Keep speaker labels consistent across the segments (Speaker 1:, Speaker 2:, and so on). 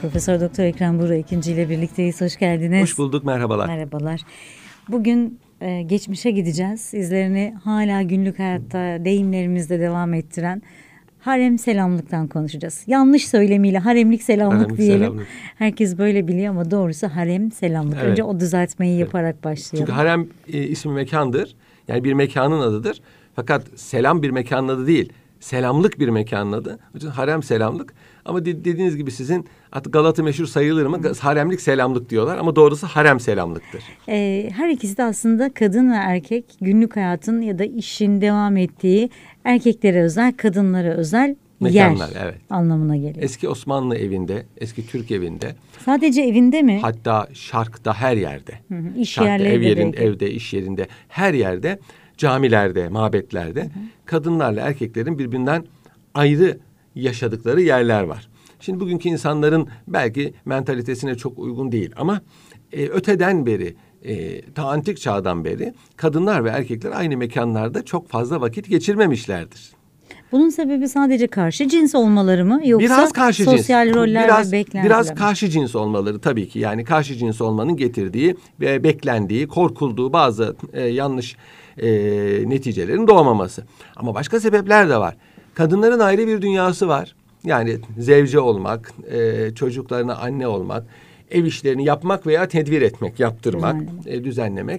Speaker 1: Profesör Doktor Ekrem Buğra ikinci ile birlikteyiz. Hoş geldiniz.
Speaker 2: Hoş bulduk, merhabalar.
Speaker 1: Merhabalar. Bugün geçmişe gideceğiz. İzlerini hala günlük hayatta deyimlerimizde devam ettiren harem selamlıktan konuşacağız. Yanlış söylemiyle haremlik selamlık
Speaker 2: Haremlik
Speaker 1: diyelim.
Speaker 2: selamlık.
Speaker 1: Herkes böyle biliyor ama doğrusu harem selamlık.
Speaker 2: Evet.
Speaker 1: Önce o düzeltmeyi yaparak başlayalım.
Speaker 2: Çünkü harem ismi mekandır. Yani bir mekanın adıdır. Fakat selam bir mekanın adı değil. Selamlık bir mekanın adı. O yüzden harem selamlık. Ama dediğiniz gibi sizin artık Galata meşhur sayılır mı? Haremlik selamlık diyorlar ama doğrusu harem selamlıktır.
Speaker 1: Her ikisi de aslında kadın ve erkek günlük hayatın ya da işin devam ettiği erkeklere özel, kadınlara özel
Speaker 2: Mekanlar,
Speaker 1: yer
Speaker 2: evet.
Speaker 1: anlamına geliyor.
Speaker 2: Eski Osmanlı evinde, eski Türk evinde.
Speaker 1: Sadece evinde mi?
Speaker 2: Hatta şarkta her yerde.
Speaker 1: İş
Speaker 2: Şarkta,
Speaker 1: yerlerinde belki.
Speaker 2: evde, iş yerinde, her yerde, camilerde, mabetlerde kadınlarla erkeklerin birbirinden ayrı yaşadıkları yerler var. Şimdi bugünkü insanların belki mentalitesine çok uygun değil ama öteden beri, ta antik çağdan beri kadınlar ve erkekler aynı mekanlarda çok fazla vakit geçirmemişlerdir.
Speaker 1: Bunun sebebi sadece karşı cins olmaları mı yoksa
Speaker 2: Biraz karşı
Speaker 1: sosyal
Speaker 2: cins.
Speaker 1: roller ve beklentiler
Speaker 2: Biraz
Speaker 1: mi?
Speaker 2: karşı cins olmaları tabii ki. Yani karşı cins olmanın getirdiği ve beklendiği, korkulduğu bazı yanlış neticelerin doğmaması. Ama başka sebepler de var. Kadınların ayrı bir dünyası var. Yani zevce olmak, çocuklarına anne olmak, ev işlerini yapmak veya tedbir etmek, yaptırmak, düzenlemek.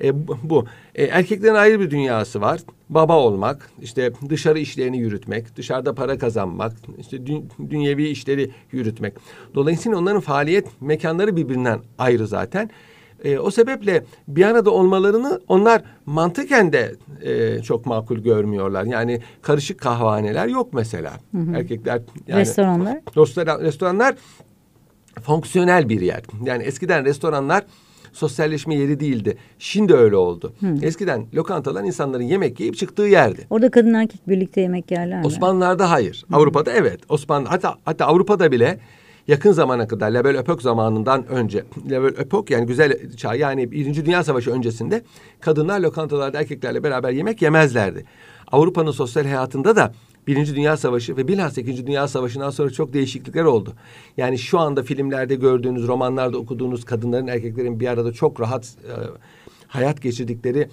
Speaker 2: Bu. Erkeklerin ayrı bir dünyası var. Baba olmak, işte dışarı işlerini yürütmek, dışarıda para kazanmak, işte dünyevi işleri yürütmek. Dolayısıyla onların faaliyet mekanları birbirinden ayrı zaten. O sebeple bir arada olmalarını onlar mantıken de çok makul görmüyorlar. Yani karışık kahvehaneler yok mesela. Erkekler yani restoranlar fonksiyonel bir yer. Yani eskiden restoranlar sosyalleşme yeri değildi. Şimdi öyle oldu. Eskiden lokantalar insanların yemek yiyip çıktığı yerdi.
Speaker 1: Orada kadın erkek birlikte yemek yerler mi?
Speaker 2: Osmanlılar'da hayır. Avrupa'da evet. Hatta Avrupa'da bile yakın zamana kadar La Belle Époque zamanından önce, La Belle Époque yani güzel çağ, yani Birinci Dünya Savaşı öncesinde kadınlar lokantalarda erkeklerle beraber yemek yemezlerdi. Avrupa'nın sosyal hayatında da Birinci Dünya Savaşı ve bilhassa İkinci Dünya Savaşı'ndan sonra çok değişiklikler oldu. Yani şu anda filmlerde gördüğünüz, romanlarda okuduğunuz kadınların, erkeklerin bir arada çok rahat hayat geçirdikleri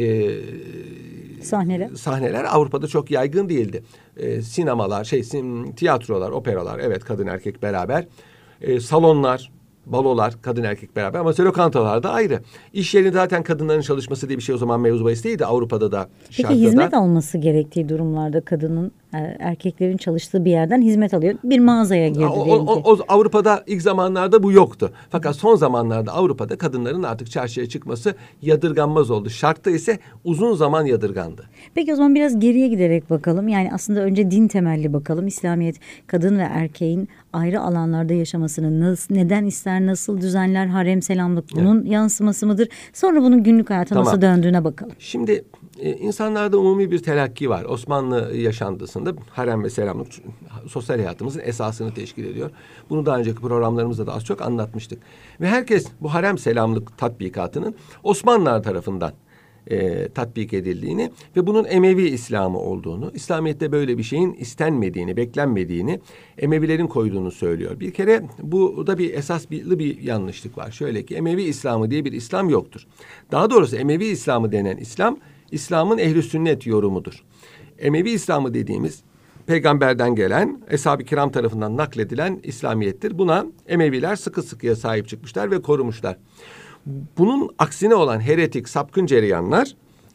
Speaker 2: sahneler Avrupa'da çok yaygın değildi. Sinemalar, tiyatrolar, operalar, evet kadın erkek beraber. Salonlar, balolar, kadın erkek beraber ama lokantalarda ayrı. İş yerinde zaten kadınların çalışması diye bir şey o zaman mevzu bahis değildi Avrupa'da da.
Speaker 1: Peki hizmet alması gerektiği durumlarda kadının erkeklerin çalıştığı bir yerden hizmet alıyor. Bir mağazaya girdi diyelim ki.
Speaker 2: Avrupa'da ilk zamanlarda bu yoktu. Fakat son zamanlarda Avrupa'da kadınların artık çarşıya çıkması yadırganmaz oldu. Şarkta ise uzun zaman yadırgandı.
Speaker 1: Peki o zaman biraz geriye giderek bakalım. Yani aslında önce din temelli bakalım. İslamiyet kadın ve erkeğin ayrı alanlarda yaşamasını neden ister, nasıl düzenler, harem selamlık bunun yansıması mıdır? Sonra bunun günlük hayata nasıl döndüğüne bakalım.
Speaker 2: Şimdi insanlarda umumi bir telakki var. Osmanlı yaşantısında harem ve selamlık sosyal hayatımızın esasını teşkil ediyor. Bunu daha önceki programlarımızda da az çok anlatmıştık. Ve herkes bu harem selamlık tatbikatının Osmanlılar tarafından tatbik edildiğini ve bunun Emevi İslamı olduğunu, İslamiyet'te böyle bir şeyin istenmediğini, beklenmediğini Emevilerin koyduğunu söylüyor. Bir kere bu da bir bir yanlışlık var. Şöyle ki Emevi İslamı diye bir İslam yoktur. Daha doğrusu Emevi İslamı denen İslam, İslam'ın ehl-i sünnet yorumudur. Emevi İslamı dediğimiz peygamberden gelen, Eshab-ı Kiram tarafından nakledilen İslamiyettir. Buna Emeviler sıkı sıkıya sahip çıkmışlar ve korumuşlar. Bunun aksine olan heretik, sapkın cereyanlar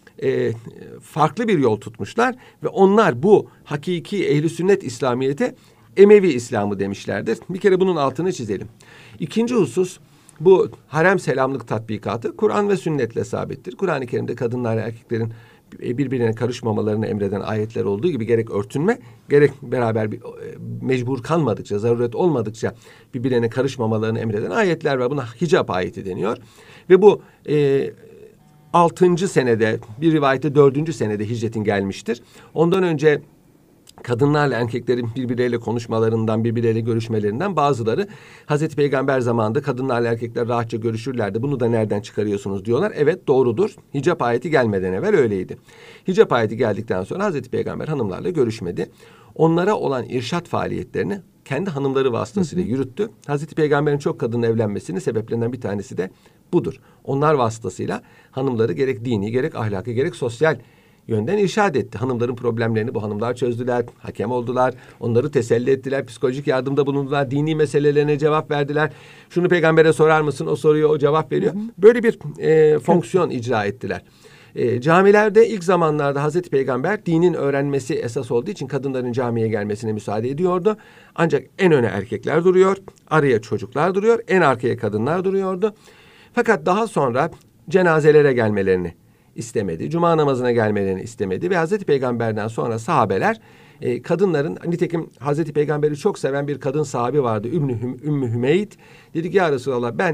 Speaker 2: farklı bir yol tutmuşlar ve onlar bu hakiki ehl-i sünnet İslamiyet'e Emevi İslamı demişlerdir. Bir kere bunun altını çizelim. İkinci husus, bu harem selamlık tatbikatı Kur'an ve sünnetle sabittir. Kur'an-ı Kerim'de kadınlar ve erkeklerin birbirine karışmamalarını emreden ayetler olduğu gibi gerek örtünme, gerek beraber mecbur kalmadıkça, zaruret olmadıkça birbirine karışmamalarını emreden ayetler var. Buna hicap ayeti deniyor. Ve bu 6. senede, bir rivayette 4. senede hicretin gelmiştir. Ondan önce kadınlarla erkeklerin birbirleriyle konuşmalarından, birbirleriyle görüşmelerinden bazıları Hazreti Peygamber zamanında kadınlarla erkekler rahatça görüşürlerdi. Bunu da nereden çıkarıyorsunuz diyorlar. Evet, doğrudur. Hicap ayeti gelmeden evvel öyleydi. Hicap ayeti geldikten sonra Hazreti Peygamber hanımlarla görüşmedi. Onlara olan irşat faaliyetlerini kendi hanımları vasıtasıyla yürüttü. Hazreti Peygamber'in çok kadınla evlenmesinin sebeplerinden bir tanesi de budur. Onlar vasıtasıyla hanımları gerek dini, gerek ahlaki, gerek sosyal yönden irşad etti. Hanımların problemlerini bu hanımlar çözdüler, hakem oldular, onları teselli ettiler, psikolojik yardımda bulundular, dini meselelerine cevap verdiler. Şunu peygambere sorar mısın? O soruyor, o cevap veriyor. Böyle bir fonksiyon icra ettiler. Camilerde ilk zamanlarda Hazreti Peygamber dinin öğrenmesi esas olduğu için kadınların camiye gelmesine müsaade ediyordu. Ancak en öne erkekler duruyor, araya çocuklar duruyor, en arkaya kadınlar duruyordu. Fakat daha sonra cenazelere gelmelerini istemedi. Cuma namazına gelmelerini istemedi ve Hazreti Peygamber'den sonra sahabeler kadınların, nitekim Hazreti Peygamber'i çok seven bir kadın sahabi vardı, Ümmü Hümeyt. Dedi ki ya Resulallah, ben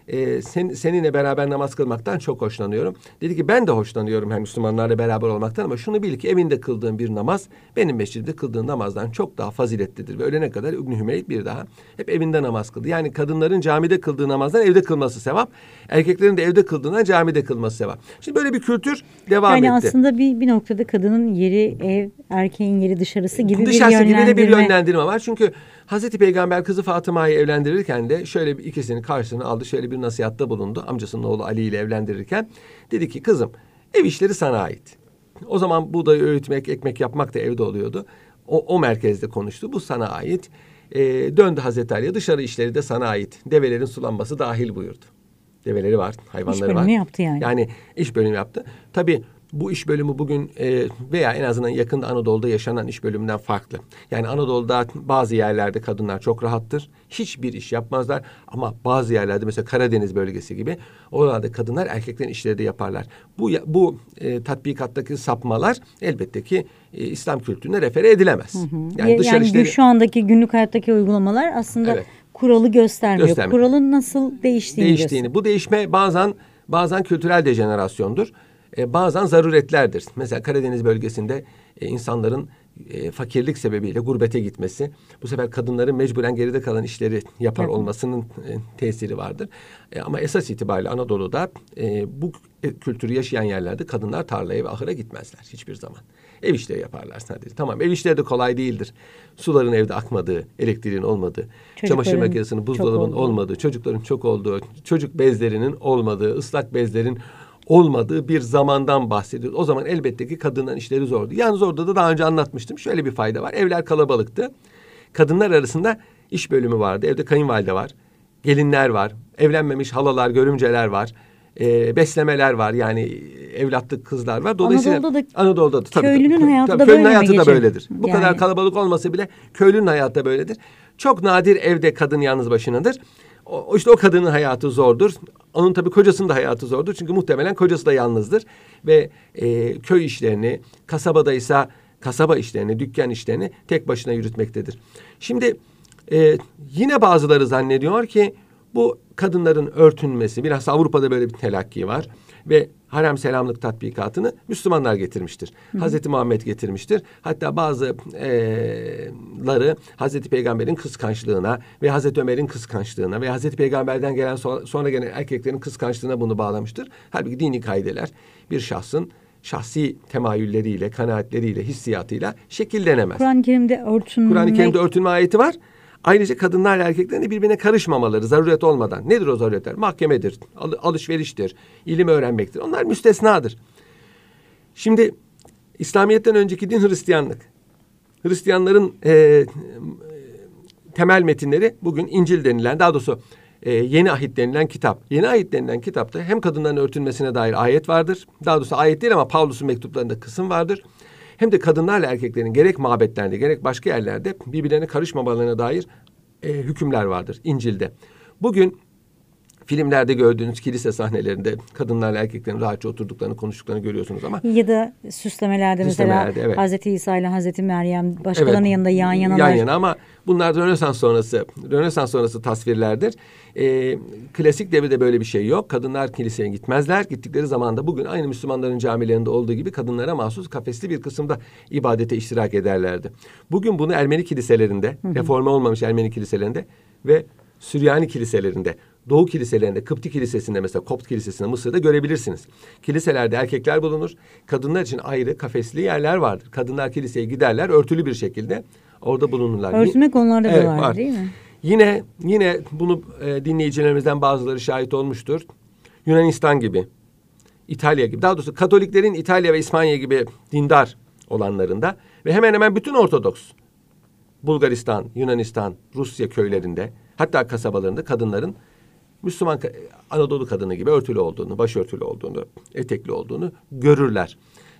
Speaker 2: seninle beraber namaz kılmaktan çok hoşlanıyorum. Dedi ki ben de hoşlanıyorum hem Müslümanlarla beraber olmaktan, ama şunu bil ki evinde kıldığın bir namaz benim mescidde kıldığın namazdan çok daha faziletlidir. Ve ölene kadar Ümmü Hümeyt bir daha hep evinde namaz kıldı. Yani kadınların camide kıldığı namazdan evde kılması sevap, erkeklerin de evde kıldığından camide kılması sevap. Şimdi böyle bir kültür devam etti.
Speaker 1: Yani aslında bir noktada kadının yeri ev, erkeğin yeri dışarısı gibi
Speaker 2: Dışarısı
Speaker 1: bir yönlendirme.
Speaker 2: gibi de bir yönlendirme var. Çünkü Hazreti Peygamber kızı Fatıma'yı evlendirirken de şöyle bir ikisini karşısına aldı. Şöyle bir nasihatta bulundu. Amcasının oğlu Ali ile evlendirirken dedi ki kızım, ev işleri sana ait. O zaman buğday öğütmek, ekmek yapmak da evde oluyordu. O merkezde konuştu. Bu sana ait. Döndü Hazreti Ali'ye, dışarı işleri de sana ait. Develerin sulanması dahil buyurdu. Develeri var, hayvanları var.
Speaker 1: İş bölümü yaptı yani.
Speaker 2: Yani iş bölümü yaptı. Tabii bu iş bölümü bugün veya en azından yakında Anadolu'da yaşanan iş bölümünden farklı. Yani Anadolu'da bazı yerlerde kadınlar çok rahattır. Hiçbir iş yapmazlar. Ama bazı yerlerde, mesela Karadeniz bölgesi gibi, oralarda kadınlar erkeklerin işleri de yaparlar. Bu tatbikattaki sapmalar elbette ki İslam kültürüne refere edilemez.
Speaker 1: Yani dışarı işleri, şu andaki günlük hayattaki uygulamalar aslında kuralı göstermiyor. Kuralın nasıl değiştiğini.
Speaker 2: Bu değişme bazen kültürel dejenerasyondur. Bazen zaruretlerdir. Mesela Karadeniz bölgesinde insanların fakirlik sebebiyle gurbete gitmesi, bu sefer kadınların mecburen geride kalan işleri yapar olmasının tesiri vardır. Ama esas itibariyle Anadolu'da bu kültürü yaşayan yerlerde kadınlar tarlaya ve ahıra gitmezler hiçbir zaman. Ev işleri yaparlar sadece. Tamam, ev işleri de kolay değildir. Suların evde akmadığı, elektriğin olmadığı, çamaşır makinesinin, buzdolabının olmadığı, çocukların çok olduğu, çocuk bezlerinin olmadığı, ıslak bezlerin olmadığı bir zamandan bahsediyoruz. O zaman elbette ki kadınların işleri zordu. Yalnız orada da daha önce anlatmıştım. Şöyle bir fayda var. Evler kalabalıktı. Kadınlar arasında iş bölümü vardı. Evde kayınvalide var. Gelinler var. Evlenmemiş halalar, görümceler var. Beslemeler var. Yani evlatlık kızlar var. Dolayısıyla Anadolu'da da tabii.
Speaker 1: Köylünün hayatı da
Speaker 2: köylünün hayatı da böyledir. Bu kadar kalabalık olmasa bile köylünün hayatı da böyledir. Çok nadir evde kadın yalnız başınadır. İşte o kadının hayatı zordur. Onun tabii kocasının da hayatı zordur. Çünkü muhtemelen kocası da yalnızdır. Ve köy işlerini, kasabadaysa kasaba işlerini, dükkan işlerini tek başına yürütmektedir. Şimdi yine bazıları zannediyor ki bu kadınların örtünmesi, biraz Avrupa'da böyle bir telakki var. Ve harem selamlık tatbikatını Müslümanlar getirmiştir. Hazreti Muhammed getirmiştir. Hatta bazıları Hazreti Peygamber'in kıskançlığına ve Hazreti Ömer'in kıskançlığına ve Hazreti Peygamber'den gelen sonra gelen erkeklerin kıskançlığına bunu bağlamıştır. Halbuki dini kaideler bir şahsın şahsi temayülleriyle, kanaatleriyle, hissiyatıyla şekillenemez.
Speaker 1: Kur'an-ı Kerim'de
Speaker 2: örtünme ayeti var. Ayrıca kadınlarla erkeklerin de birbirine karışmamaları zaruret olmadan. Nedir o zaruretler? Mahkemedir, alışveriştir, ilim öğrenmektir. Onlar müstesnadır. Şimdi İslamiyet'ten önceki din Hristiyanlık. Hristiyanların temel metinleri bugün İncil denilen, daha doğrusu Yeni Ahit denilen kitap. Yeni Ahit denilen kitapta hem kadınların örtünmesine dair ayet vardır. Daha doğrusu ayet değil ama Pavlus'un mektuplarında kısım vardır. Hem de kadınlarla erkeklerin gerek mabetlerde gerek başka yerlerde birbirlerine karışmamalarına dair hükümler vardır İncil'de. Bugün filmlerde gördüğünüz kilise sahnelerinde kadınlarla erkeklerin rahatça oturduklarını, konuştuklarını görüyorsunuz ama
Speaker 1: Ya da süslemelerde mesela
Speaker 2: evet.
Speaker 1: Hazreti İsa ile Hazreti Meryem başkalarının
Speaker 2: Evet,
Speaker 1: yanında yan
Speaker 2: yan
Speaker 1: yanalar.
Speaker 2: yana ama bunlar Rönesans sonrası tasvirlerdir. Klasik devirde böyle bir şey yok. Kadınlar kiliseye gitmezler. Gittikleri zaman da bugün aynı Müslümanların camilerinde olduğu gibi kadınlara mahsus kafesli bir kısımda ibadete iştirak ederlerdi. Bugün bunu Ermeni kiliselerinde, reforme olmamış Ermeni kiliselerinde ve Süryani kiliselerinde, Doğu kiliselerinde, Kıpti kilisesinde mesela Kopt kilisesinde Mısır'da görebilirsiniz. Kiliselerde erkekler bulunur. Kadınlar için ayrı kafesli yerler vardır. Kadınlar kiliseye giderler örtülü bir şekilde orada bulunurlar.
Speaker 1: Örtmek onlarda
Speaker 2: Evet,
Speaker 1: da var,
Speaker 2: var.
Speaker 1: değil mi?
Speaker 2: Yine bunu dinleyicilerimizden bazıları şahit olmuştur. Yunanistan gibi, İtalya gibi, daha doğrusu Katoliklerin İtalya ve İspanya gibi dindar olanlarında ve hemen hemen bütün Ortodoks Bulgaristan, Yunanistan, Rusya köylerinde hatta kasabalarında kadınların Müslüman Anadolu kadını gibi örtülü olduğunu, başörtülü olduğunu, etekli olduğunu görürler.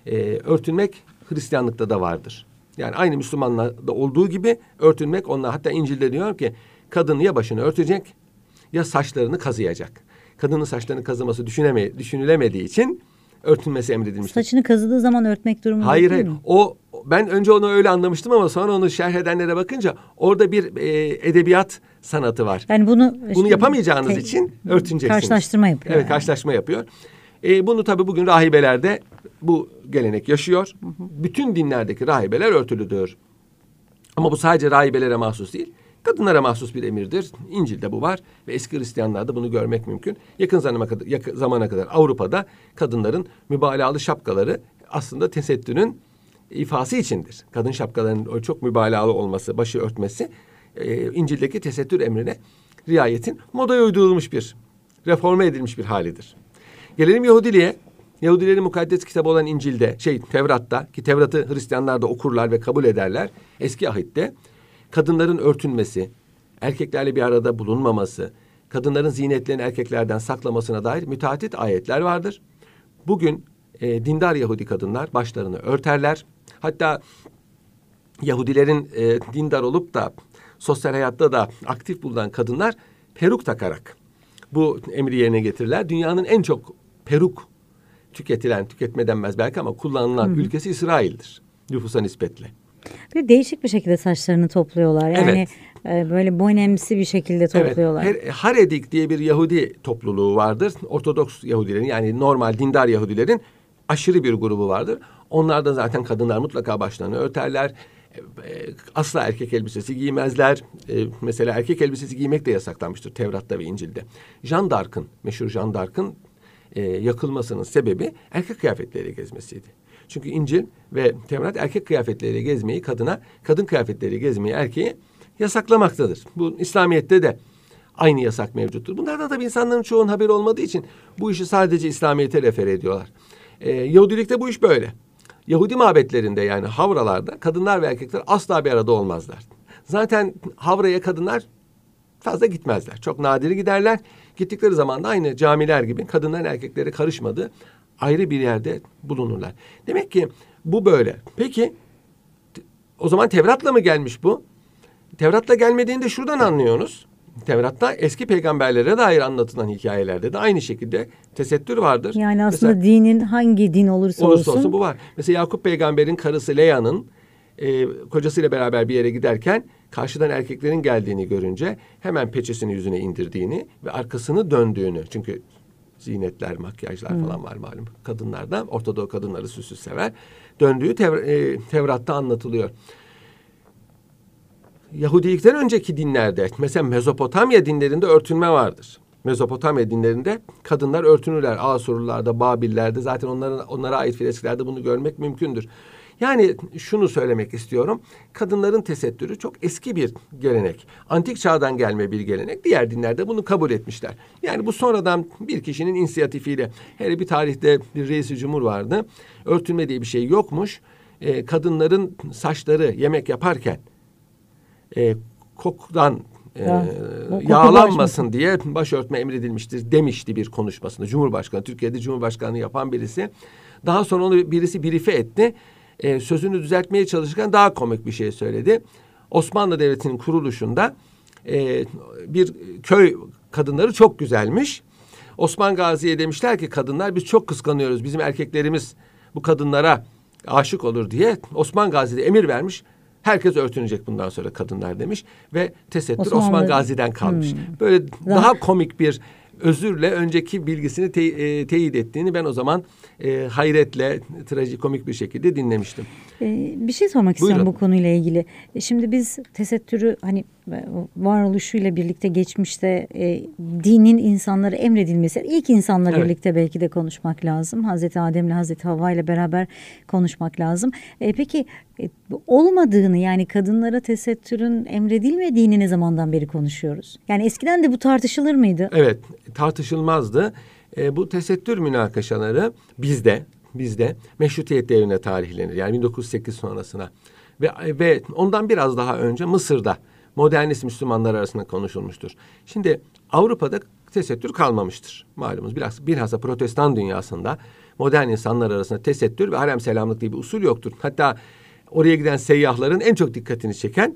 Speaker 2: Örtünmek Hristiyanlıkta da vardır. Yani aynı Müslümanlarda olduğu gibi örtünmek onlar. Hatta İncil'de diyor ki kadın ya başını örtecek ya saçlarını kazıyacak. Kadının saçlarını kazıması düşünülemediği için örtünmesi emredilmiştir.
Speaker 1: Saçını kazıdığı zaman örtmek durumunda
Speaker 2: Hayır
Speaker 1: değil
Speaker 2: hayır.
Speaker 1: mi?
Speaker 2: Ben önce onu öyle anlamıştım ama sonra onu şerh edenlere bakınca orada bir edebiyat sanatı var.
Speaker 1: Yani bunu
Speaker 2: yapamayacağınız için örtüneceksiniz.
Speaker 1: Karşılaştırma yapıyor.
Speaker 2: Evet, karşılaştırma yapıyor. Bunu tabii bugün rahibelerde bu gelenek yaşıyor. Bütün dinlerdeki rahibeler örtülüdür. Ama bu sadece rahibelere mahsus değil. Kadınlara mahsus bir emirdir. İncil'de bu var ve eski Hristiyanlarda bunu görmek mümkün. Yakın zamana kadar Avrupa'da kadınların mübalağalı şapkaları aslında tesettürün ifası içindir. Kadın şapkalarının çok mübalağalı olması, başı örtmesi İncil'deki tesettür emrine riayetin modaya uydurulmuş bir, reforme edilmiş bir halidir. Gelelim Yahudiliğe. Yahudilerin mukaddes kitabı olan İncil'de, Tevrat'ta, ki Tevrat'ı Hristiyanlar da okurlar ve kabul ederler. Eski ahitte kadınların örtünmesi, erkeklerle bir arada bulunmaması, kadınların zinetlerini erkeklerden saklamasına dair müteaddit ayetler vardır. Bugün dindar Yahudi kadınlar başlarını örterler. Hatta Yahudilerin dindar olup da sosyal hayatta da aktif bulunan kadınlar peruk takarak bu emri yerine getirirler. Dünyanın en çok peruk tüketme denmez belki ama kullanılan ülkesi İsrail'dir nüfusa nispetle.
Speaker 1: Bir değişik bir şekilde saçlarını topluyorlar. Yani böyle bonemsi bir şekilde topluyorlar.
Speaker 2: Evet. Haredik diye bir Yahudi topluluğu vardır. Ortodoks Yahudilerin yani normal dindar Yahudilerin aşırı bir grubu vardır. Onlarda zaten kadınlar mutlaka başlarını örterler. Asla erkek elbisesi giymezler. Mesela erkek elbisesi giymek de yasaklanmıştır Tevrat'ta ve İncil'de. Meşhur Jeanne d'Arc'ın yakılmasının sebebi erkek kıyafetleriyle gezmesiydi. Çünkü İncil ve Tevrat erkek kıyafetleriyle gezmeyi kadın kıyafetleriyle gezmeyi erkeğe yasaklamaktadır. Bu İslamiyet'te de aynı yasak mevcuttur. Bunlardan tabii insanların çoğunun haberi olmadığı için bu işi sadece İslamiyet'e refer ediyorlar. Yahudilikte bu iş böyle. Yahudi mabetlerinde yani havralarda kadınlar ve erkekler asla bir arada olmazlar. Zaten havraya kadınlar fazla gitmezler. Çok nadir giderler. Gittikleri zaman da aynı camiler gibi kadınların erkekleri karışmadığı ayrı bir yerde bulunurlar. Demek ki bu böyle. Peki o zaman Tevrat'la mı gelmiş bu? Tevrat'la gelmediğini de şuradan anlıyorsunuz. Tevrat'ta eski peygamberlere dair anlatılan hikayelerde de aynı şekilde tesettür vardır.
Speaker 1: Yani aslında
Speaker 2: mesela,
Speaker 1: dinin hangi din olursa olsun
Speaker 2: bu var. Mesela Yakup peygamberin karısı Lea'nın kocasıyla beraber bir yere giderken karşıdan erkeklerin geldiğini görünce hemen peçesini yüzüne indirdiğini ve arkasını döndüğünü. Çünkü zinetler, makyajlar falan var malum. Kadınlarda, Ortadoğu kadınları süsü sever. Döndüğü Tevrat'ta anlatılıyor. Yahudilikten önceki dinlerde, mesela Mezopotamya dinlerinde örtünme vardır. Mezopotamya dinlerinde kadınlar örtünürler. Asurlularda, Babillerde zaten onlara ait fresklerde bunu görmek mümkündür. Yani şunu söylemek istiyorum. Kadınların tesettürü çok eski bir gelenek. Antik çağdan gelme bir gelenek. Diğer dinlerde bunu kabul etmişler. Yani bu sonradan bir kişinin inisiyatifiyle. Hele bir tarihte bir reis-i cumhur vardı. Örtünme diye bir şey yokmuş. Kadınların saçları yemek yaparken kokudan yağlanmasın diye başörtme emredilmiştir demişti bir konuşmasında. Cumhurbaşkanı, Türkiye'de Cumhurbaşkanlığı yapan birisi. Daha sonra onu birisi brife etti. Sözünü düzeltmeye çalışırken daha komik bir şey söyledi. Osmanlı Devleti'nin kuruluşunda bir köy kadınları çok güzelmiş. Osman Gazi'ye demişler ki kadınlar biz çok kıskanıyoruz. Bizim erkeklerimiz bu kadınlara aşık olur diye Osman Gazi de emir vermiş. Herkes örtünecek bundan sonra kadınlar demiş ve tesettür Osman Gazi'den kalmış. Böyle daha komik bir özürle önceki bilgisini teyit ettiğini ben o zaman hayretle, trajikomik bir şekilde dinlemiştim.
Speaker 1: Bir şey sormak istiyorum
Speaker 2: Buyurun.
Speaker 1: bu konuyla ilgili. Şimdi biz tesettürü hani varoluşuyla birlikte geçmişte dinin insanlara emredilmesi, ilk insanla
Speaker 2: Evet.
Speaker 1: birlikte belki de konuşmak lazım. Hazreti Adem'le Hazreti Havva ile beraber konuşmak lazım. Peki olmadığını, yani kadınlara tesettürün emredilmediğini ne zamandan beri konuşuyoruz? Yani eskiden de bu tartışılır mıydı?
Speaker 2: Evet, tartışılmazdı. Bu tesettür münakaşaları bizde Meşrutiyet devrine tarihlenir. Yani 1908 sonrasına ve ondan biraz daha önce Mısır'da modernist Müslümanlar arasında konuşulmuştur. Şimdi Avrupa'da tesettür kalmamıştır. Malumunuz bilhassa Protestan dünyasında modern insanlar arasında tesettür ve harem selamlık diye bir usul yoktur. Hatta oraya giden seyyahların en çok dikkatini çeken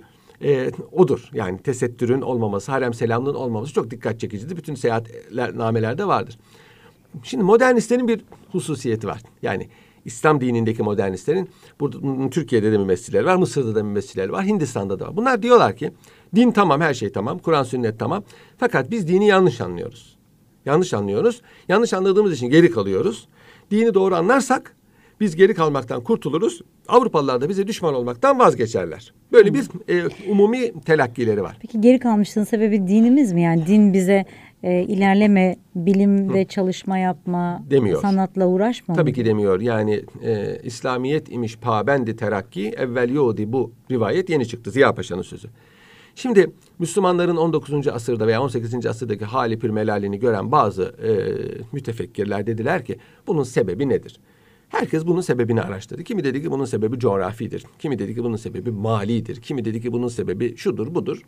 Speaker 2: odur. Yani tesettürün olmaması, harem selamlığın olmaması çok dikkat çekicidir. Bütün seyahatnamelerde vardır. Şimdi modernistlerin bir hususiyeti var. Yani İslam dinindeki modernistlerin, burada Türkiye'de de mümessiller var, Mısır'da da mümessiller var, Hindistan'da da var. Bunlar diyorlar ki din tamam, her şey tamam, Kur'an sünnet tamam. Fakat biz dini yanlış anlıyoruz. Yanlış anlıyoruz. Yanlış anladığımız için geri kalıyoruz. Dini doğru anlarsak biz geri kalmaktan kurtuluruz. Avrupalılar da bize düşman olmaktan vazgeçerler. Böyle bir umumi telakkileri var.
Speaker 1: Peki geri kalmışlığın sebebi dinimiz mi? Yani din bize ilerleme, bilimde çalışma yapma,
Speaker 2: demiyor.
Speaker 1: Sanatla uğraşma mı?
Speaker 2: Tabii ki demiyor. Yani İslamiyet imiş pabendi terakki evvel yodi, bu rivayet yeni çıktı. Ziya Paşa'nın sözü. Şimdi Müslümanların 19. asırda veya 18. asırdaki hali pür melalini gören bazı mütefekkirler dediler ki bunun sebebi nedir? Herkes bunun sebebini araştırdı. Kimi dedi ki bunun sebebi coğrafidir. Kimi dedi ki bunun sebebi malidir. Kimi dedi ki bunun sebebi şudur budur.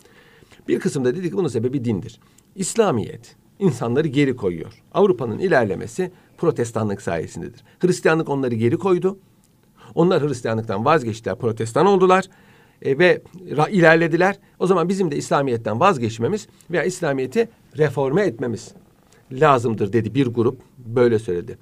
Speaker 2: Bir kısım da dedi ki bunun sebebi dindir. İslamiyet insanları geri koyuyor. Avrupa'nın ilerlemesi Protestanlık sayesindedir. Hristiyanlık onları geri koydu. Onlar Hristiyanlıktan vazgeçtiler, Protestan oldular ve ilerlediler. O zaman bizim de İslamiyet'ten vazgeçmemiz veya İslamiyet'i reforme etmemiz lazımdır dedi bir grup, böyle söyledi.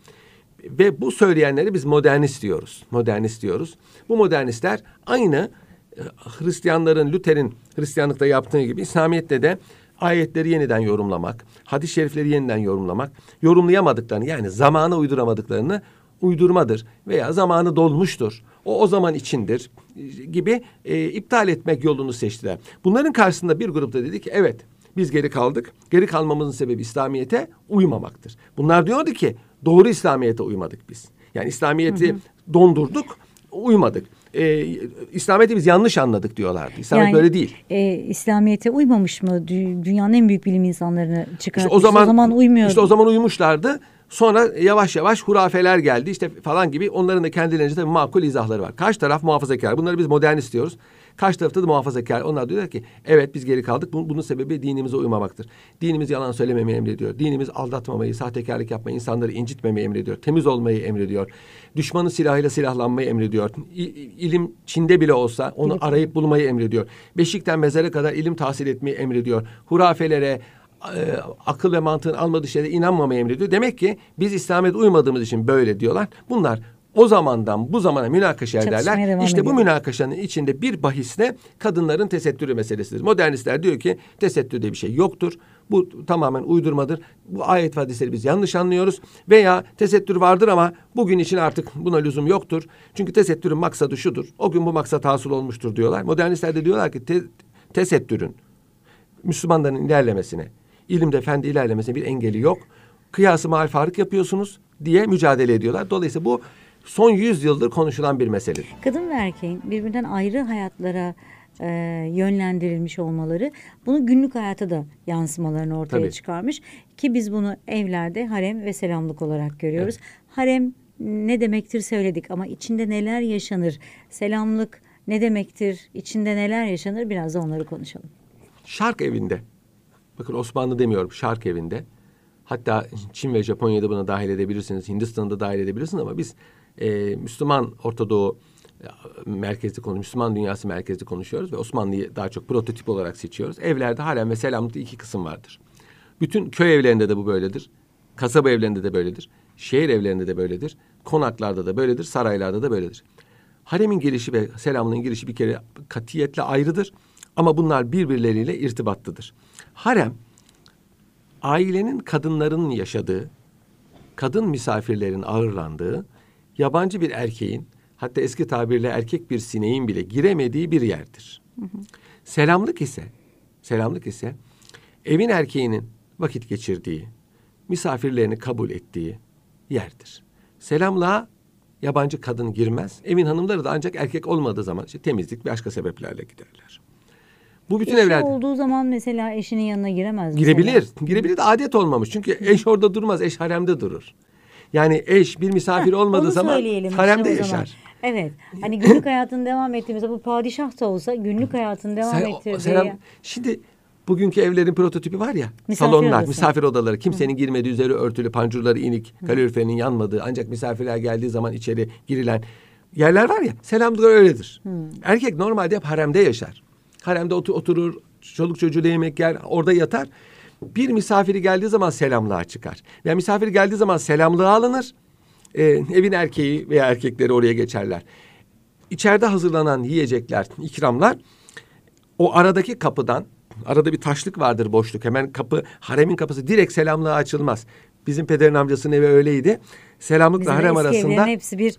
Speaker 2: Ve bu söyleyenleri biz modernist diyoruz. Modernist diyoruz. Bu modernistler aynı Hristiyanların, Luther'in Hristiyanlıkta yaptığı gibi İslamiyet'te de ayetleri yeniden yorumlamak, hadis-i şerifleri yeniden yorumlamak, yorumlayamadıklarını, yani zamana uyduramadıklarını uydurmadır veya zamanı dolmuştur, o zaman içindir gibi iptal etmek yolunu seçtiler. Bunların karşısında bir grupta dedi ki evet, biz geri kaldık. Geri kalmamızın sebebi İslamiyet'e uymamaktır. Bunlar diyordu ki doğru İslamiyet'e uymadık biz. Yani İslamiyet'i dondurduk, uymadık. İslamiyet'i biz yanlış anladık diyorlardı. İslamiyet
Speaker 1: Yani,
Speaker 2: böyle değil.
Speaker 1: İslamiyet'e uymamış mı? Dünyanın en büyük bilim insanlarını çıkartmış.
Speaker 2: İşte
Speaker 1: o zaman uymuyordu.
Speaker 2: İşte o zaman uymuşlardı. Sonra yavaş yavaş hurafeler geldi işte falan gibi, onların da kendilerince tabii makul izahları var. Karşı taraf muhafazakar. Bunları biz modernist diyoruz. Karşı tarafta da muhafazakar. Onlar diyorlar ki evet biz geri kaldık. Bunun sebebi dinimize uymamaktır. Dinimiz yalan söylememeyi emrediyor. Dinimiz aldatmamayı, sahtekarlık yapmayı, insanları incitmemeyi emrediyor. Temiz olmayı emrediyor. Düşmanın silahıyla silahlanmayı emrediyor. İlim Çin'de bile olsa onu arayıp bulmayı emrediyor. Beşikten mezara kadar ilim tahsil etmeyi emrediyor. Hurafelere, akıl ve mantığın almadığı şeylere inanmamayı emrediyor. Demek ki biz İslamiyet'e uymadığımız için böyle diyorlar. Bunlar o zamandan bu zamana münakaşa ederler. İşte bu münakaşanın içinde bir bahiste kadınların tesettürü meselesidir. Modernistler diyor ki tesettür diye bir şey yoktur. Bu tamamen uydurmadır. Bu ayet ve hadisleri biz yanlış anlıyoruz. Veya tesettür vardır ama bugün için artık buna lüzum yoktur. Çünkü tesettürün maksadı şudur. O gün bu maksat hasıl olmuştur diyorlar. Modernistler de diyorlar ki tesettürün Müslümanların ilerlemesine, ilimde fendi ilerlemesine bir engeli yok. Kıyas-ı maal fark yapıyorsunuz diye mücadele ediyorlar. Dolayısıyla bu son 100 yıldır konuşulan bir meseledir.
Speaker 1: Kadın ve erkeğin birbirinden ayrı hayatlara yönlendirilmiş olmaları bunu günlük hayata da yansımalarını ortaya çıkarmış. Ki biz bunu evlerde harem ve selamlık olarak görüyoruz. Evet. Harem ne demektir söyledik ama içinde neler yaşanır? Selamlık ne demektir? İçinde neler yaşanır? Biraz da onları konuşalım.
Speaker 2: Şark evinde, bakın Osmanlı demiyorum, Şark evinde, hatta Çin ve Japonya'da buna dahil edebilirsiniz, Hindistan'da dahil edebilirsiniz ama biz Müslüman Ortadoğu merkezli konuşuyoruz, Müslüman dünyası merkezli konuşuyoruz ve Osmanlı'yı daha çok prototip olarak seçiyoruz. Evlerde harem ve selamlıkta iki kısım vardır. Bütün köy evlerinde de bu böyledir. Kasaba evlerinde de böyledir. Şehir evlerinde de böyledir. Konaklarda da böyledir. Saraylarda da böyledir. Haremin girişi ve selamlığın girişi bir kere katiyetle ayrıdır. Ama bunlar birbirleriyle irtibatlıdır. Harem, ailenin kadınlarının yaşadığı, kadın misafirlerin ağırlandığı, yabancı bir erkeğin, hatta eski tabirle erkek bir sineğin bile giremediği bir yerdir. Selamlık ise evin erkeğinin vakit geçirdiği, misafirlerini kabul ettiği yerdir. Selamlığa yabancı kadın girmez. Evin hanımları da ancak erkek olmadığı zaman işte temizlik ve başka sebeplerle giderler. Bu bütün
Speaker 1: Eşi
Speaker 2: evlerde
Speaker 1: olduğu zaman mesela eşinin yanına giremez mi?
Speaker 2: girebilir de adet olmamış. Çünkü eş orada durmaz, eş haremde durur. Yani eş bir misafir olmadığı
Speaker 1: Onu
Speaker 2: zaman
Speaker 1: söyleyelim işte
Speaker 2: haremde
Speaker 1: o zaman.
Speaker 2: yaşar.
Speaker 1: Evet. Hani günlük hayatını devam ettiğimizde bu padişah da olsa günlük hayatını devam ettirdiği.
Speaker 2: Şimdi bugünkü evlerin prototipi var ya,
Speaker 1: Misafir
Speaker 2: salonlar,
Speaker 1: odası.
Speaker 2: misafir odaları, kimsenin girmediği, üzeri örtülü, pancurları inik, kaloriferinin yanmadığı, ancak misafirler geldiği zaman içeri girilen yerler var ya, selamlıklar öyledir. Erkek normalde hep haremde yaşar. Haremde oturur, çoluk çocuğuyla yemek yer, orada yatar. Bir misafiri geldiği zaman selamlığa çıkar. Yani misafir geldiği zaman selamlığa alınır. Evin erkeği veya erkekleri oraya geçerler. İçeride hazırlanan yiyecekler, ikramlar o aradaki kapıdan, arada bir taşlık vardır, boşluk. Hemen haremin kapısı direkt selamlığa açılmaz. Bizim pederin amcasının evi öyleydi. Selamlıkla
Speaker 1: Bizim
Speaker 2: harem
Speaker 1: eski
Speaker 2: arasında
Speaker 1: evlerin hepsi bir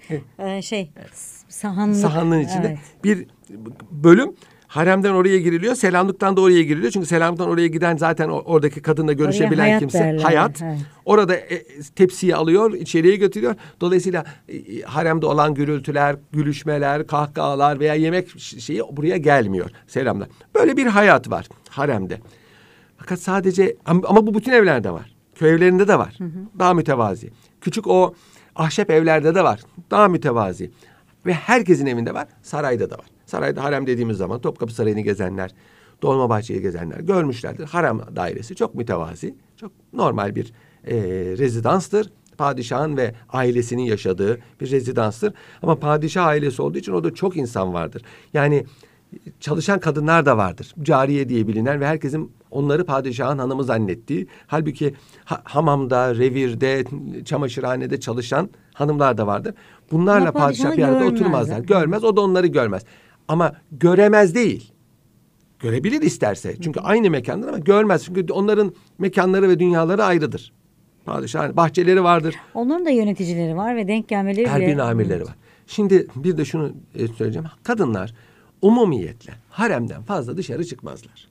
Speaker 2: sahanlığın içinde
Speaker 1: Evet.
Speaker 2: bir bölüm. Haremden oraya giriliyor, selamlıktan da oraya giriliyor. Çünkü selamlıktan oraya giden zaten oradaki kadınla görüşebilen
Speaker 1: hayat
Speaker 2: kimse.
Speaker 1: derler.
Speaker 2: Hayat.
Speaker 1: Evet.
Speaker 2: Orada tepsiyi alıyor, içeriye götürüyor. Dolayısıyla haremde olan gürültüler, gülüşmeler, kahkahalar veya yemek şeyi buraya gelmiyor. Selamlar. Böyle bir hayat var haremde. Fakat sadece ama bu bütün evlerde var. Köy evlerinde de var. Daha mütevazi. Küçük o ahşap evlerde de var. Daha mütevazi. Ve herkesin evinde var. Sarayda da var. Sarayda harem dediğimiz zaman Topkapı Sarayı'nı gezenler, Dolmabahçe'yi gezenler görmüşlerdir. Harem dairesi çok mütevazi, çok normal bir rezidanstır. Padişahın ve ailesinin yaşadığı bir rezidanstır. Ama padişah ailesi olduğu için orada çok insan vardır. Yani çalışan kadınlar da vardır. Cariye diye bilinen ve herkesin onları padişahın hanımı zannettiği. Halbuki hamamda, revirde, çamaşırhanede çalışan hanımlar da vardır. Bunlarla
Speaker 1: Ama
Speaker 2: padişah bir arada
Speaker 1: görmez.
Speaker 2: oturmazlar. Görmez, o da onları görmez. Ama göremez değil. Görebilir isterse. Çünkü aynı mekandır ama görmez. Çünkü onların mekanları ve dünyaları ayrıdır. Padişahın bahçeleri vardır.
Speaker 1: Onların da yöneticileri var ve denk gelmeleri
Speaker 2: Her
Speaker 1: bile.
Speaker 2: birinin amirleri var. Şimdi bir de şunu söyleyeceğim. Kadınlar umumiyetle haremden fazla dışarı çıkmazlar.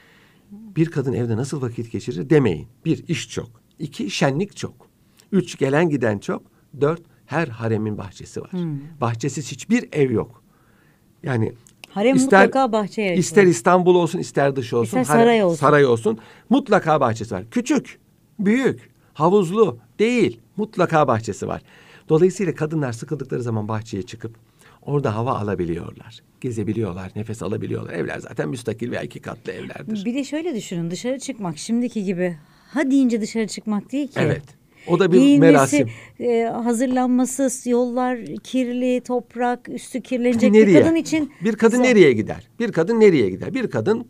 Speaker 2: Bir kadın evde nasıl vakit geçirir demeyin. Bir, iş çok. İki, şenlik çok. Üç, gelen giden çok. Dört, her haremin bahçesi var. Bahçesiz hiçbir ev yok. Yani
Speaker 1: Harem mutlaka bahçeye açılır.
Speaker 2: İster İstanbul olsun, ister dış olsun.
Speaker 1: İster saray olsun.
Speaker 2: Saray olsun. Mutlaka bahçesi var. Küçük, büyük, havuzlu değil. Mutlaka bahçesi var. Dolayısıyla kadınlar sıkıldıkları zaman bahçeye çıkıp orada hava alabiliyorlar. Gezebiliyorlar, nefes alabiliyorlar. Evler zaten müstakil veya 2 katlı evlerdir.
Speaker 1: Bir de şöyle düşünün, dışarı çıkmak şimdiki gibi ha deyince dışarı çıkmak değil ki.
Speaker 2: Evet. O da bir
Speaker 1: Giyinmesi,
Speaker 2: merasim.
Speaker 1: hazırlanması, yollar kirli, toprak, üstü kirlenecek
Speaker 2: Nereye?
Speaker 1: bir kadın için.
Speaker 2: Bir kadın nereye gider? Bir kadın nereye gider? Bir kadın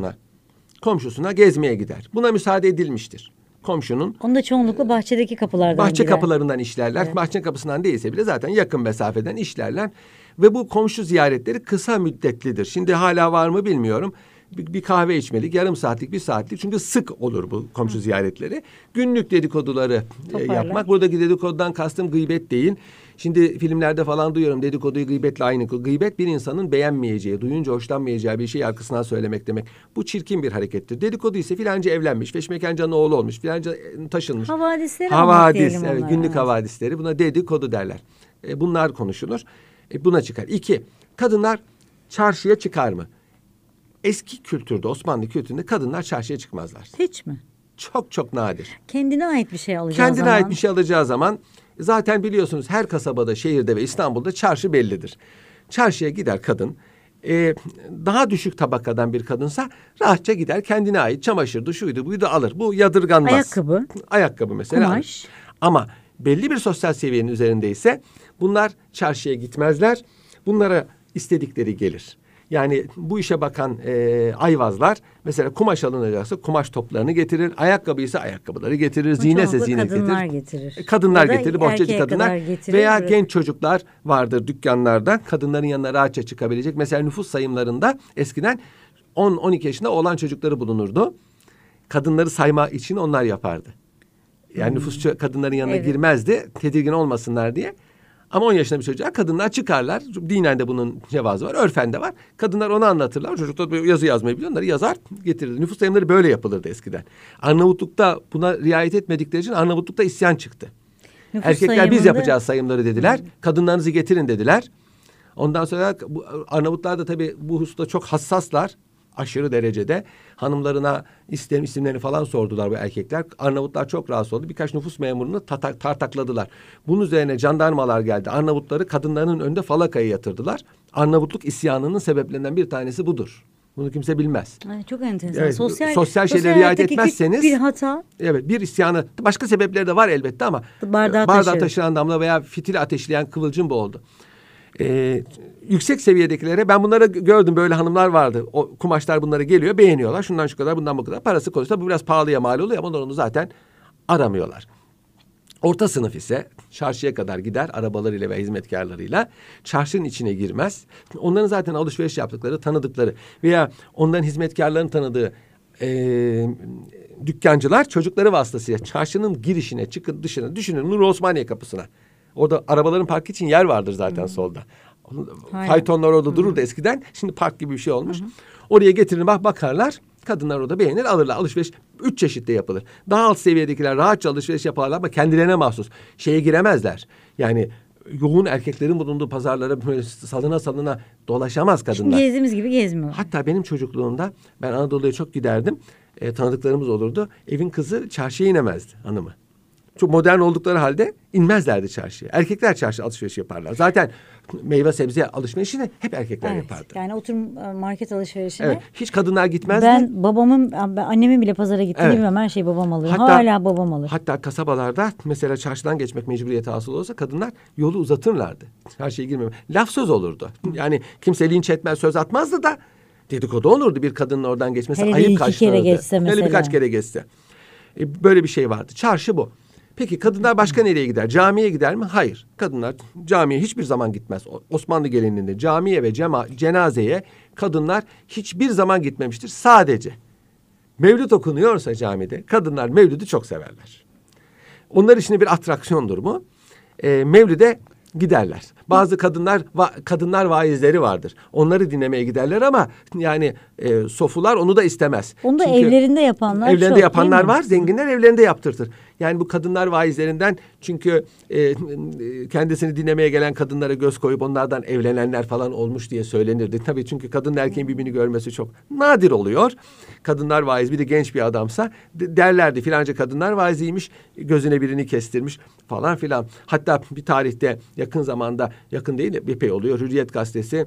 Speaker 2: komşusuna gezmeye gider. Buna müsaade edilmiştir. Komşunun
Speaker 1: Onu da çoğunlukla bahçedeki kapılardan
Speaker 2: bahçe
Speaker 1: girer.
Speaker 2: kapılarından işlerler.
Speaker 1: Evet.
Speaker 2: Bahçe kapısından değilse bile zaten yakın mesafeden işlerler. Ve bu komşu ziyaretleri kısa müddetlidir. Şimdi hala var mı bilmiyorum. Bir kahve içmelik, yarım saatlik, 1 saatlik. Çünkü sık olur bu komşu ziyaretleri. Günlük dedikoduları yapmak. Buradaki dedikodudan kastım gıybet değil. Şimdi filmlerde falan duyuyorum dedikoduyu gıybetle aynı. Gıybet bir insanın beğenmeyeceği, duyunca hoşlanmayacağı bir şeyi arkasından söylemek demek. Bu çirkin bir harekettir. Dedikodu ise filanca evlenmiş, feşmekancanın oğlu olmuş, filanca taşınmış.
Speaker 1: Havadisleri
Speaker 2: Havadis, evet,
Speaker 1: onlara.
Speaker 2: günlük havadisleri. Buna dedikodu derler. Bunlar konuşulur. Buna çıkar. 2, kadınlar çarşıya çıkar mı? Eski kültürde, Osmanlı kültüründe kadınlar çarşıya çıkmazlar.
Speaker 1: Hiç mi?
Speaker 2: Çok çok nadir.
Speaker 1: Kendine ait bir şey alacağı
Speaker 2: Kendine
Speaker 1: zaman.
Speaker 2: ait bir şey alacağı zaman zaten biliyorsunuz her kasabada, şehirde ve İstanbul'da çarşı bellidir. Çarşıya gider kadın. Daha düşük tabakadan bir kadınsa rahatça gider. Kendine ait çamaşırdı, şuydu, buydu alır. Bu yadırganmaz. Ayakkabı mesela.
Speaker 1: Kumaş.
Speaker 2: Alır. Ama belli bir sosyal seviyenin üzerindeyse bunlar çarşıya gitmezler. Bunlara istedikleri gelir. Yani bu işe bakan ayvazlar mesela kumaş alınacaksa kumaş toplarını getirir. Ayakkabı ise ayakkabıları getirir. Zine ise zine
Speaker 1: kadınlar
Speaker 2: getirir. Kadınlar getirir. Bohçacı kadınlar veya genç çocuklar vardır dükkanlarda. Kadınların yanına rahatça çıkabilecek. Mesela nüfus sayımlarında eskiden 10-12 yaşında olan çocukları bulunurdu. Kadınları sayma için onlar yapardı. Yani nüfus kadınların yanına girmezdi. Tedirgin olmasınlar diye. Ama 10 yaşında bir çocuğa kadınlar çıkarlar. Dinen de bunun cevazı var. Örfen de var. Kadınlar onu anlatırlar. Çocuk da yazı yazmayı biliyor. Onları yazar getirir. Nüfus sayımları böyle yapılırdı eskiden. Arnavutluk'ta buna riayet etmedikleri için Arnavutluk'ta isyan çıktı. Erkekler biz yapacağız sayımları dediler. Kadınlarınızı getirin dediler. Ondan sonra Arnavutlar da tabii bu hususta çok hassaslar. Aşırı derecede. Hanımlarına isimlerini falan sordular bu erkekler. Arnavutlar çok rahatsız oldu. Birkaç nüfus memurunu tartakladılar. Bunun üzerine jandarmalar geldi. Arnavutları kadınlarının önünde falakaya yatırdılar. Arnavutluk isyanının sebeplerinden bir tanesi budur. Bunu kimse bilmez.
Speaker 1: Ay, çok enteresan.
Speaker 2: Evet, sosyal şeylere riayet etmezseniz
Speaker 1: bir hata.
Speaker 2: Evet, bir isyanı başka sebepleri de var elbette ama bardağı taşıran damla veya fitili ateşleyen kıvılcım bu oldu. Yüksek seviyedekilere ben bunları gördüm, böyle hanımlar vardı. O kumaşlar bunları geliyor, beğeniyorlar. Şundan şu kadar, bundan bu kadar. Parası konusunda bu biraz pahalıya mal oluyor ama onu zaten aramıyorlar. Orta sınıf ise çarşıya kadar gider arabalarıyla ve hizmetkarlarıyla. Çarşının içine girmez. Onların zaten alışveriş yaptıkları, tanıdıkları veya onların hizmetkarlarının tanıdığı dükkancılar çocukları vasıtasıyla çarşının girişine, çıkın dışına, düşünün Nur Osmaniye kapısına. Orada arabaların park için yer vardır zaten solda. Faytonlar orada dururdu eskiden. Şimdi park gibi bir şey olmuş. Oraya getirin bakarlar. Kadınlar orada beğenir alırlar. Alışveriş 3 çeşitte yapılır. Daha alt seviyedekiler rahatça alışveriş yaparlar ama kendilerine mahsus. Şeye giremezler. Yani yoğun erkeklerin bulunduğu pazarlara böyle salına dolaşamaz kadınlar.
Speaker 1: Şimdi gezdiğimiz gibi gezmiyor.
Speaker 2: Hatta benim çocukluğumda ben Anadolu'ya çok giderdim. Tanıdıklarımız olurdu. Evin kızı çarşıya inemezdi, hanımı. Çok modern oldukları halde inmezlerdi çarşıya. Erkekler çarşı alışveriş yaparlar. Zaten meyve sebze alışverişini hep erkekler yapardı.
Speaker 1: Yani oturum market alışverişine.
Speaker 2: Evet, hiç kadınlar gitmezdi.
Speaker 1: Ben annemin bile pazara gittiğini bilmem, her şeyi babam alıyor. Hala babam alır.
Speaker 2: Hatta kasabalarda mesela çarşıdan geçmek mecburiyeti hasıl olsa kadınlar yolu uzatırlardı. Her şeye girmeme. Laf söz olurdu. Yani kimse linç etmez, söz atmazdı da dedikodu olurdu bir kadının oradan geçmesi.
Speaker 1: Hele
Speaker 2: ayıp
Speaker 1: karşılanırdı. Hele 2 kere geçse mesela.
Speaker 2: Hele birkaç kere geçse. Böyle bir şey vardı. Çarşı bu. Peki kadınlar başka nereye gider? Camiye gider mi? Hayır. Kadınlar camiye hiçbir zaman gitmez. Osmanlı geleneğinde camiye ve cenazeye kadınlar hiçbir zaman gitmemiştir. Sadece mevlüt okunuyorsa camide kadınlar mevlüdü çok severler. Onlar için bir atraksiyondur bu. Mevlüde giderler. Bazı kadınlar vaizleri vardır. Onları dinlemeye giderler ama yani sofular onu da istemez.
Speaker 1: Onu da
Speaker 2: Çünkü
Speaker 1: evlerinde yapanlar
Speaker 2: evlerinde
Speaker 1: çok,
Speaker 2: yapanlar var. Zenginler evlerinde yaptırtır. Yani bu kadınlar vaizlerinden çünkü kendisini dinlemeye gelen kadınlara göz koyup onlardan evlenenler falan olmuş diye söylenirdi. Tabii çünkü kadın erkeğin birbirini görmesi çok nadir oluyor. Kadınlar vaiz, bir de genç bir adamsa derlerdi filanca kadınlar vaiziymiş, gözüne birini kestirmiş falan filan. Hatta bir tarihte yakın zamanda, yakın değil de epey oluyor, Hürriyet gazetesi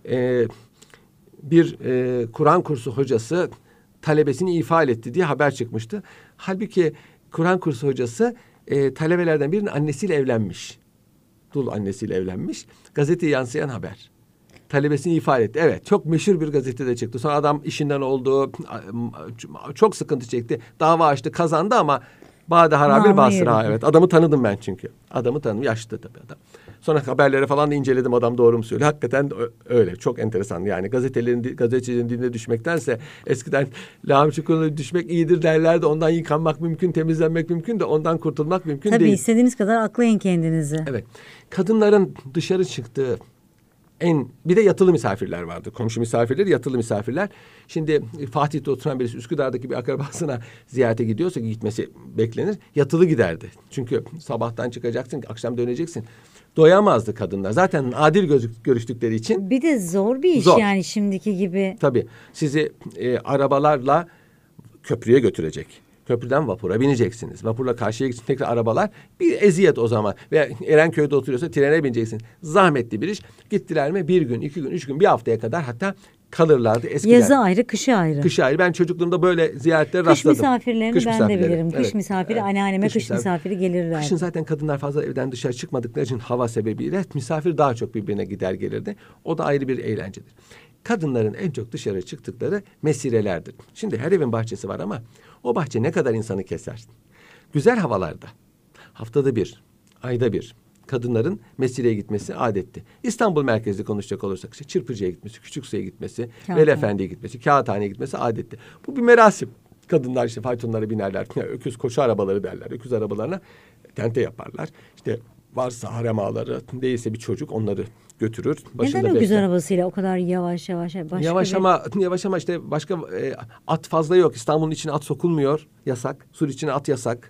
Speaker 2: bir Kur'an kursu hocası talebesini ifade etti diye haber çıkmıştı. Halbuki Kur'an kursu hocası talebelerden birinin annesiyle evlenmiş. Dul annesiyle evlenmiş. Gazeteye yansıyan haber. Talebesini ifade etti. Evet, çok meşhur bir gazetede çıktı. Sonra adam işinden oldu. Çok sıkıntı çekti. Dava açtı, kazandı ama Bade harabil basra. Evet, adamı tanıdım ben çünkü. Adamı tanıdım. Yaşlı tabii adam. Sonra haberlere falan da inceledim, adam doğru mu söylüyor. Hakikaten öyle. Çok enteresan. Yani gazetecilerin diline düşmektense eskiden lağım çukuruna düşmek iyidir derlerdi. Ondan yıkanmak mümkün, temizlenmek mümkün de ondan kurtulmak mümkün değil.
Speaker 1: Tabii istediğiniz kadar aklayın kendinizi.
Speaker 2: Evet. Kadınların dışarı çıktığı bir de yatılı misafirler vardı. Komşu misafirleri, yatılı misafirler. Şimdi Fatih'te oturan birisi Üsküdar'daki bir akrabasına ziyarete gidiyorsa, gitmesi beklenir. Yatılı giderdi. Çünkü sabahtan çıkacaksın, akşam döneceksin. Doyamazdı kadınlar. Zaten adil görüştükleri için.
Speaker 1: Bir de zor bir iş zor. Yani şimdiki gibi.
Speaker 2: Tabii. Sizi arabalarla köprüye götürecek. Köprüden vapura bineceksiniz. Vapurla karşıya gidecek tekrar arabalar. Bir eziyet o zaman. Veya Erenköy'de oturuyorsa trene bineceksin. Zahmetli bir iş. Gittiler mi 1 gün, 2 gün, 3 gün, bir haftaya kadar hatta kalırlardı eskiden.
Speaker 1: Yazı ayrı, kışı ayrı.
Speaker 2: Kışı ayrı. Ben çocukluğumda böyle ziyaretlere rastladım.
Speaker 1: Kış misafirlerini ben de bilirim. Kış misafiri, anneanneme kış misafiri gelirler.
Speaker 2: Kışın zaten kadınlar fazla evden dışarı çıkmadıkları için hava sebebiyle misafir daha çok birbirine gider gelirdi. O da ayrı bir eğlencedir. kadınların en çok dışarı çıktıkları mesirelerdir. Şimdi her evin bahçesi var ama o bahçe ne kadar insanı keser? Güzel havalarda, haftada bir, ayda bir kadınların mesireye gitmesi adetti. İstanbul merkezli konuşacak olursak işte Çırpıcı'ya gitmesi, Küçüksu'ya gitmesi, Veliefendi'ye gitmesi, Kağıthane'ye gitmesi adetti. Bu bir merasim. Kadınlar işte faytonlara binerler, öküz koşu arabaları derler. Öküz arabalarına tente yaparlar. İşte varsa harem ağaları, değilse bir çocuk onları götürür.
Speaker 1: Neden öküz arabasıyla o kadar yavaş yavaş?
Speaker 2: Yavaş ama işte başka at fazla yok. İstanbul'un içine at sokulmuyor. Yasak. Sur içine at yasak.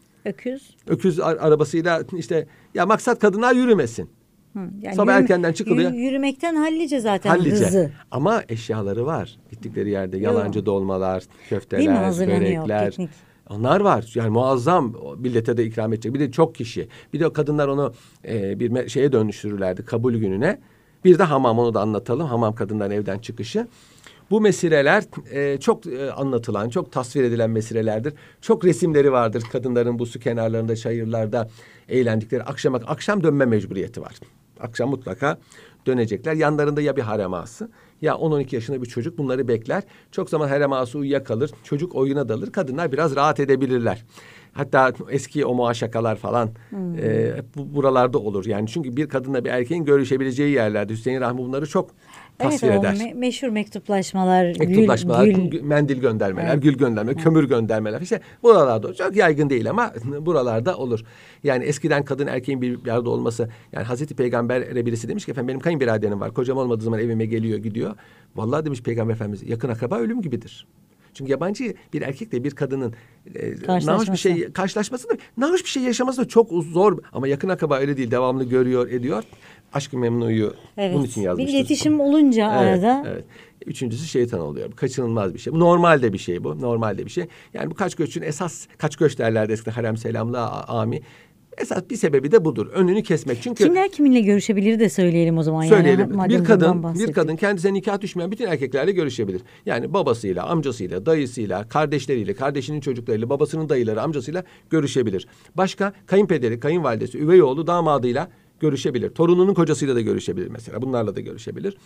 Speaker 2: Öküz arabasıyla işte ya maksat kadınlar yürümesin.
Speaker 1: Yani
Speaker 2: sabah erkenden çıkılıyor.
Speaker 1: Yürümekten hallice zaten hızı.
Speaker 2: Ama eşyaları var. Gittikleri yerde yalancı dolmalar,
Speaker 1: Değil mi?
Speaker 2: köfteler, börekler.
Speaker 1: Piknik.
Speaker 2: Onlar var. Yani muazzam, millete de ikram edecek. Bir de çok kişi. Bir de o kadınlar onu bir şeye dönüştürürlerdi, kabul gününe. Bir de hamam, onu da anlatalım. Hamam kadınların evden çıkışı. Bu mesireler çok anlatılan, çok tasvir edilen mesirelerdir. Çok resimleri vardır kadınların bu su kenarlarında, çayırlarda eğlendikleri. Akşam dönme mecburiyeti var. Akşam mutlaka dönecekler. Yanlarında ya bir harem ağası ya 10-12 yaşında bir çocuk bunları bekler. Çok zaman harem ağası uyuyakalır. Çocuk oyuna dalır. Kadınlar biraz rahat edebilirler. Hatta eski o muaşakalar falan buralarda olur. Yani çünkü bir kadınla bir erkeğin görüşebileceği yerlerde. Hüseyin Rahmi bunları çok tasvir eder.
Speaker 1: Meşhur mektuplaşmalar,
Speaker 2: mendil göndermeler, gül göndermeler, kömür göndermeler. İşte buralarda çok yaygın değil ama buralarda olur. Yani eskiden kadın erkeğin bir arada olması, yani Hazreti Peygamber'e birisi demiş ki efendim benim kayınbiraderim var. Kocam olmadığı zaman evime geliyor gidiyor. Vallahi demiş Peygamber Efendimiz, yakın akraba ölüm gibidir. Çünkü yabancı bir erkekle bir kadının nahoş bir şey karşılaşması da, nahoş bir şey yaşaması da çok zor. Ama yakın akraba öyle değil. Devamlı görüyor, ediyor. Aşk-ı Memnu'yu bunun için yazmıştır.
Speaker 1: Bir iletişim olunca arada.
Speaker 2: Evet. Üçüncüsü şeytan oluyor. Kaçınılmaz bir şey. Bu normal de bir şey bu. Normal de bir şey. Yani bu kaç göçün esas, kaç göç derlerdi eskiden, harem selamlı ami. Esas bir sebebi de budur. Önünü kesmek. Çünkü
Speaker 1: kimler kiminle görüşebilir de söyleyelim o zaman.
Speaker 2: Söyleyelim. Yani, bir kadın kendisine nikah düşmeyen bütün erkeklerle görüşebilir. Yani babasıyla, amcasıyla, dayısıyla, kardeşleriyle, kardeşinin çocuklarıyla, babasının dayıları, amcasıyla görüşebilir. Başka kayınpederi, kayınvalidesi, üvey oğlu, damadıyla görüşebilir. Torununun kocasıyla da görüşebilir mesela. Bunlarla da görüşebilir.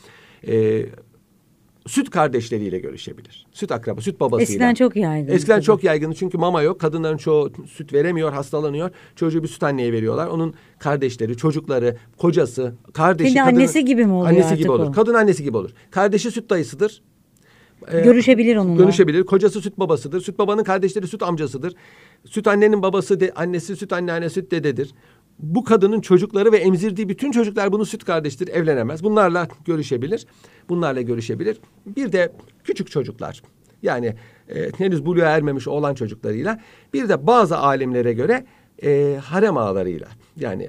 Speaker 2: Süt kardeşleriyle görüşebilir. Süt akraba, süt babasıyla.
Speaker 1: Eskiden çok yaygın.
Speaker 2: Eskiden çok yaygın çünkü mama yok. Kadınların çoğu süt veremiyor, hastalanıyor. Çocuğu bir süt anneye veriyorlar. Onun kardeşleri, çocukları, kocası, kardeşi.
Speaker 1: Şimdi annesi gibi mi oluyor
Speaker 2: annesi
Speaker 1: artık
Speaker 2: gibi olur.
Speaker 1: o?
Speaker 2: Kadın annesi gibi olur. Kardeşi süt dayısıdır.
Speaker 1: Görüşebilir onunla.
Speaker 2: Görüşebilir. Kocası süt babasıdır. Süt babanın kardeşleri süt amcasıdır. Süt annenin babası, annesi süt anneanne, süt dededir. Bu kadının çocukları ve emzirdiği bütün çocuklar bunun süt kardeştir, evlenemez. Bunlarla görüşebilir. Bir de küçük çocuklar. Yani henüz buluğa ermemiş olan çocuklarıyla. Bir de bazı alimlere göre harem ağalarıyla. Yani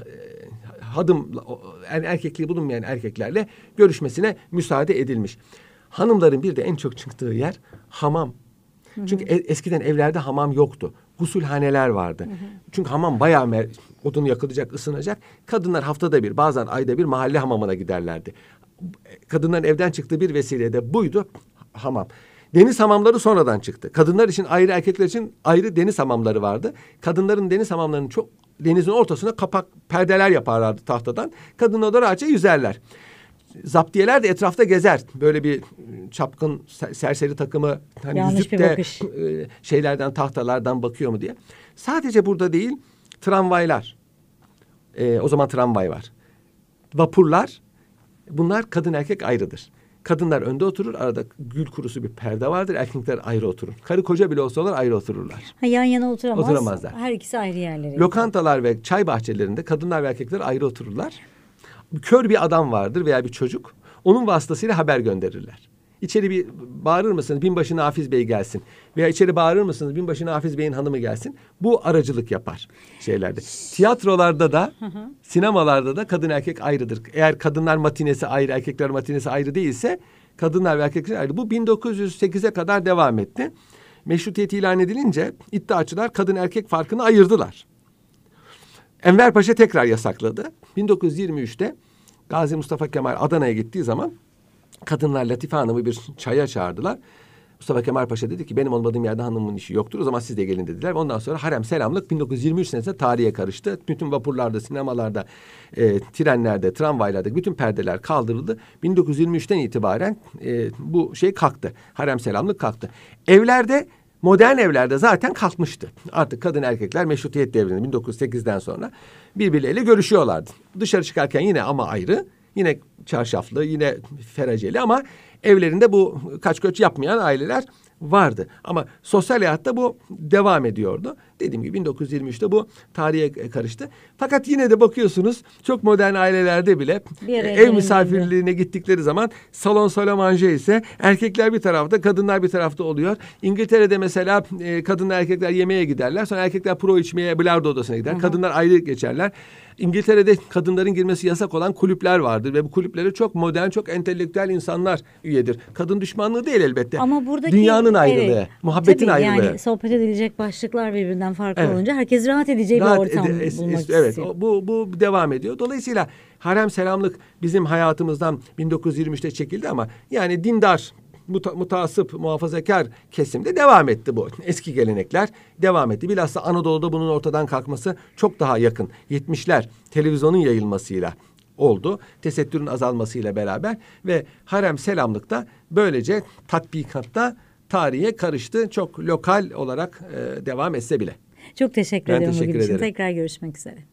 Speaker 2: erkekliği bulunmayan erkeklerle görüşmesine müsaade edilmiş. Hanımların bir de en çok çıktığı yer hamam. Çünkü eskiden evlerde hamam yoktu. Gusülhaneler vardı. Çünkü hamam bayağı odun yakılacak, ısınacak. Kadınlar haftada bir, bazen ayda bir mahalle hamamına giderlerdi. Kadınların evden çıktığı bir vesile de buydu, hamam. Deniz hamamları sonradan çıktı. Kadınlar için ayrı, erkekler için ayrı deniz hamamları vardı. Kadınların deniz hamamlarının çok denizin ortasına kapak, perdeler yaparlardı tahtadan. Kadınlar da rahatça yüzerler. Zaptiyeler de etrafta gezer. Böyle bir çapkın serseri takımı hani
Speaker 1: yanlış
Speaker 2: yüzüp de şeylerden, tahtalardan bakıyor mu diye. Sadece burada değil, tramvaylar. O zaman tramvay var. Vapurlar, bunlar kadın erkek ayrıdır. Kadınlar önde oturur, arada gül kurusu bir perde vardır. Erkekler ayrı oturur. Karı koca bile olsalar ayrı otururlar.
Speaker 1: Yan yana
Speaker 2: oturamazlar.
Speaker 1: Her ikisi ayrı yerlere.
Speaker 2: Lokantalar ve çay bahçelerinde kadınlar ve erkekler ayrı otururlar. Kör bir adam vardır veya bir çocuk. Onun vasıtasıyla haber gönderirler. İçeri bir bağırır mısınız? Binbaşı Nafiz Bey gelsin. Veya içeri bağırır mısınız? Binbaşı Nafiz Bey'in hanımı gelsin. Bu aracılık yapar şeylerde. Tiyatrolarda da, sinemalarda da kadın erkek ayrıdır. Eğer kadınlar matinesi ayrı, erkekler matinesi ayrı değilse kadınlar ve erkekler ayrı. Bu 1908'e kadar devam etti. Meşrutiyet ilan edilince iddiaçılar kadın erkek farkını ayırdılar. Enver Paşa tekrar yasakladı. 1923'te Gazi Mustafa Kemal Adana'ya gittiği zaman kadınlar Latife Hanım'ı bir çaya çağırdılar. Mustafa Kemal Paşa dedi ki benim olmadığım yerde hanımın işi yoktur. O zaman siz de gelin dediler. Ondan sonra harem selamlık 1923 senesinde tarihe karıştı. Bütün vapurlarda, sinemalarda, trenlerde, tramvaylarda bütün perdeler kaldırıldı. 1923'ten itibaren bu şey kalktı. Harem selamlık kalktı. Evlerde, modern evlerde zaten kalkmıştı. Artık kadın erkekler meşrutiyet devrinde 1908'den sonra birbirleriyle görüşüyorlardı. Dışarı çıkarken yine ama ayrı, yine çarşaflı, yine feraceli ama evlerinde bu kaç göç yapmayan aileler vardı. Ama sosyal hayatta bu devam ediyordu. Dediğim gibi 1923'te bu tarihe karıştı. Fakat yine de bakıyorsunuz çok modern ailelerde bile ev misafirliğine gittikleri zaman salon salamanje ise erkekler bir tarafta, kadınlar bir tarafta oluyor. İngiltere'de mesela kadınlar erkekler yemeğe giderler. Sonra erkekler pro içmeye bilardo odasına gider. Kadınlar ayrı geçerler. İngiltere'de kadınların girmesi yasak olan kulüpler vardır ve bu kulüplere çok modern, çok entelektüel insanlar üyedir. Kadın düşmanlığı değil elbette.
Speaker 1: Ama buradaki
Speaker 2: dünyanın ayrılığı, muhabbetin
Speaker 1: tabii,
Speaker 2: ayrılığı.
Speaker 1: Yani sohbet edilecek başlıklar birbirinden farklı olunca herkes rahat edeceği bir ortam bulmak istiyor.
Speaker 2: Evet, bu devam ediyor. Dolayısıyla harem selamlık bizim hayatımızdan 1923'te çekildi ama yani dindar, mutasip, muhafazakar kesimde devam etti bu. Eski gelenekler devam etti. Bilhassa Anadolu'da bunun ortadan kalkması çok daha yakın. 70'ler televizyonun yayılmasıyla oldu. Tesettürün azalmasıyla beraber ve harem selamlık da böylece tatbikatta tarihe karıştı. Çok lokal olarak devam etse bile.
Speaker 1: Çok teşekkür
Speaker 2: Ben
Speaker 1: ederim
Speaker 2: teşekkür
Speaker 1: bugün için.
Speaker 2: ederim.
Speaker 1: Tekrar görüşmek üzere.